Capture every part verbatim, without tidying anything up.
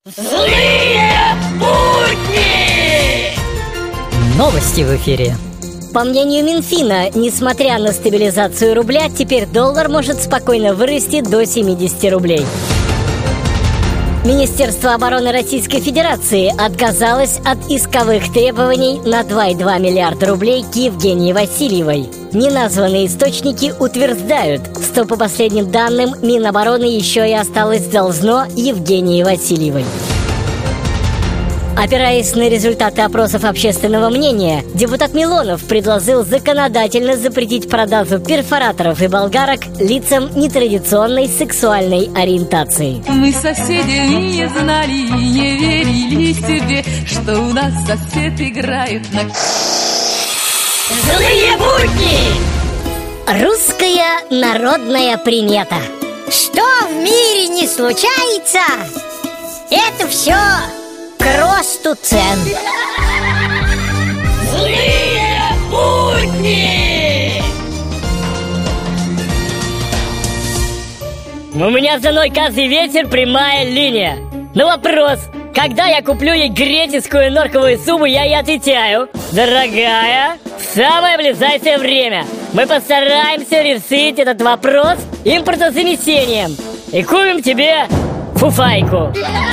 Злые будни! Новости в эфире. По мнению Минфина, несмотря на стабилизацию рубля, теперь доллар может спокойно вырасти до семидесяти рублей. Министерство обороны Российской Федерации отказалось от исковых требований на два и два миллиарда рублей к Евгении Васильевой. Неназванные источники утверждают, что по последним данным Минобороны еще и осталось должно Евгении Васильевой. Опираясь на результаты опросов общественного мнения, депутат Милонов предложил законодательно запретить продажу перфораторов и болгарок лицам нетрадиционной сексуальной ориентации. Мы с соседями не знали и не верили себе, что у нас сосед играет на... Злые будни! Русская народная примета. Что в мире не случается, это все к росту цен. Злые будни! У меня с женой каждый вечер прямая линия. На вопрос, когда я куплю ей греческую норковую сумму, я ей отвечаю: дорогая, в самое ближайшее время мы постараемся решить этот вопрос импортозамещением и купим тебе фуфайку.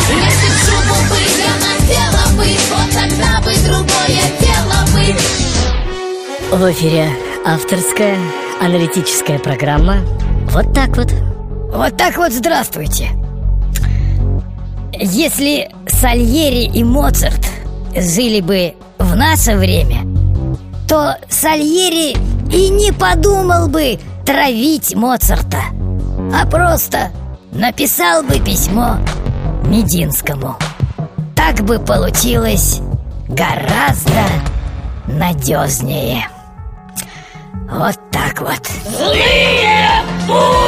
В эфире авторская аналитическая программа «Вот так вот». Вот так вот, здравствуйте. Если Сальери и Моцарт жили бы в наше время, то Сальери и не подумал бы травить Моцарта, а просто написал бы письмо Мединскому. Так бы получилось гораздо надежнее. Вот так вот. Злые будни!